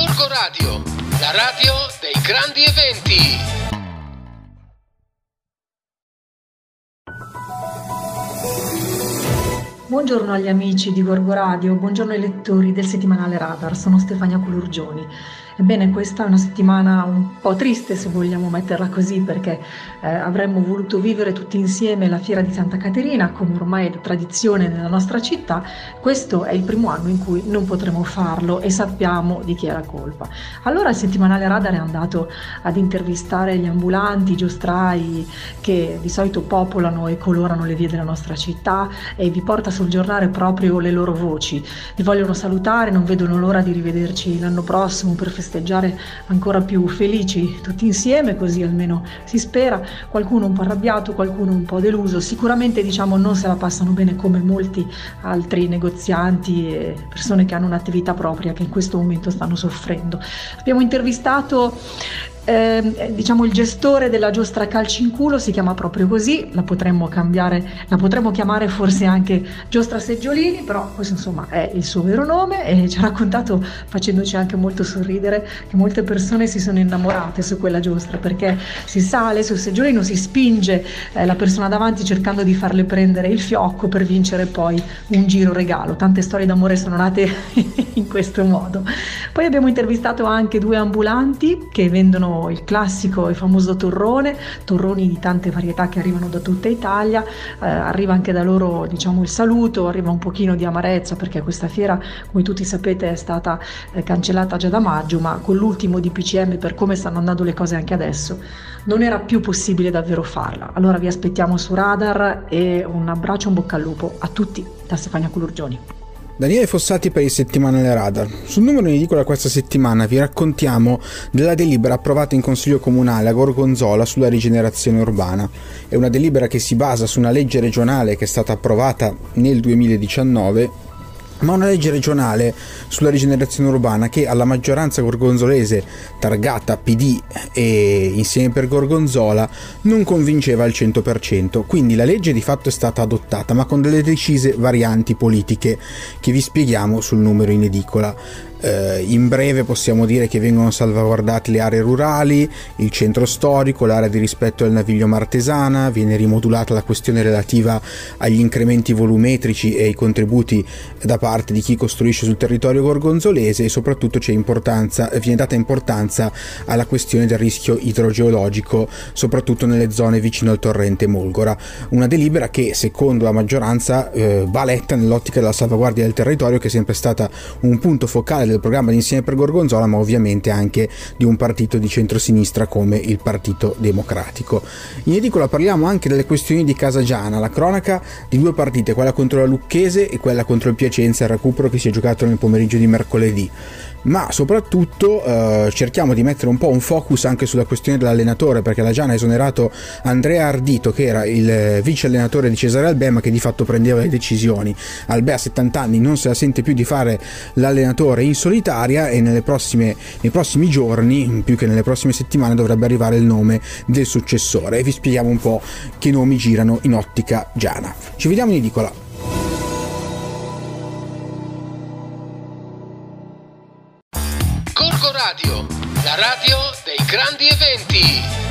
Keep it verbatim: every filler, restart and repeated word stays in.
Gorgo Radio, la radio dei grandi eventi. Buongiorno agli amici di Gorgo Radio, buongiorno ai lettori del settimanale Radar, sono Stefania Colurgioni. Ebbene, questa è una settimana un po' triste, se vogliamo metterla così, perché eh, avremmo voluto vivere tutti insieme la Fiera di Santa Caterina, come ormai è tradizione nella nostra città. Questo è il primo anno in cui non potremo farlo e sappiamo di chi è la colpa. Allora il settimanale Radar è andato ad intervistare gli ambulanti, i giostrai che di solito popolano e colorano le vie della nostra città e vi porta sul giornale proprio le loro voci. Vi vogliono salutare, non vedono l'ora di rivederci l'anno prossimo per festeggiare ancora più felici tutti insieme, così almeno si spera. Qualcuno un po' arrabbiato, qualcuno un po' deluso, sicuramente diciamo non se la passano bene come molti altri negozianti e persone che hanno un'attività propria che in questo momento stanno soffrendo. Abbiamo intervistato Eh, diciamo il gestore della giostra Calci in Culo, si chiama proprio così, la potremmo cambiare, la potremmo chiamare forse anche giostra Seggiolini, però questo insomma è il suo vero nome, e ci ha raccontato, facendoci anche molto sorridere, che molte persone si sono innamorate su quella giostra perché si sale sul seggiolino, si spinge eh, la persona davanti cercando di farle prendere il fiocco per vincere poi un giro regalo. Tante storie d'amore sono nate in questo modo. Poi abbiamo intervistato anche due ambulanti che vendono il classico e famoso torrone, torroni di tante varietà che arrivano da tutta Italia. Eh, arriva anche da loro diciamo il saluto, arriva un pochino di amarezza perché questa fiera, come tutti sapete, è stata eh, cancellata già da maggio, ma con l'ultimo D P C M, per come stanno andando le cose anche adesso, non era più possibile davvero farla. Allora vi aspettiamo su Radar e un abbraccio, un bocca al lupo a tutti da Stefania Colurgioni. Daniele Fossati per il settimanale Radar. Sul numero in edicola questa settimana vi raccontiamo della delibera approvata in Consiglio Comunale a Gorgonzola sulla rigenerazione urbana. È una delibera che si basa su una legge regionale che è stata approvata nel duemiladiciannove, ma una legge regionale sulla rigenerazione urbana che alla maggioranza gorgonzolese targata P D e Insieme per Gorgonzola non convinceva al cento per cento. Quindi la legge di fatto è stata adottata, ma con delle decise varianti politiche che vi spieghiamo sul numero in edicola. Eh, in breve possiamo dire che vengono salvaguardate le aree rurali, il centro storico, l'area di rispetto del Naviglio Martesana, viene rimodulata la questione relativa agli incrementi volumetrici e ai contributi da parte di chi costruisce sul territorio gorgonzolese, e soprattutto c'è importanza, viene data importanza alla questione del rischio idrogeologico, soprattutto nelle zone vicino al torrente Molgora. Una delibera che secondo la maggioranza eh, va letta nell'ottica della salvaguardia del territorio, che è sempre stata un punto focale del programma di Insieme per Gorgonzola, ma ovviamente anche di un partito di centrosinistra come il Partito Democratico. In edicola parliamo anche delle questioni di Casagiana, la cronaca di due partite, quella contro la Lucchese e quella contro il Piacenza, il recupero che si è giocato nel pomeriggio di mercoledì. Ma soprattutto eh, cerchiamo di mettere un po' un focus anche sulla questione dell'allenatore, perché la Giana ha esonerato Andrea Ardito, che era il vice allenatore di Cesare Albè, ma che di fatto prendeva le decisioni. Albè a settanta anni non se la sente più di fare l'allenatore in solitaria, e nelle prossime, nei prossimi giorni, più che nelle prossime settimane, dovrebbe arrivare il nome del successore, e vi spieghiamo un po' che nomi girano in ottica Giana. Ci vediamo in edicola. Gorgo Radio, la radio dei grandi eventi.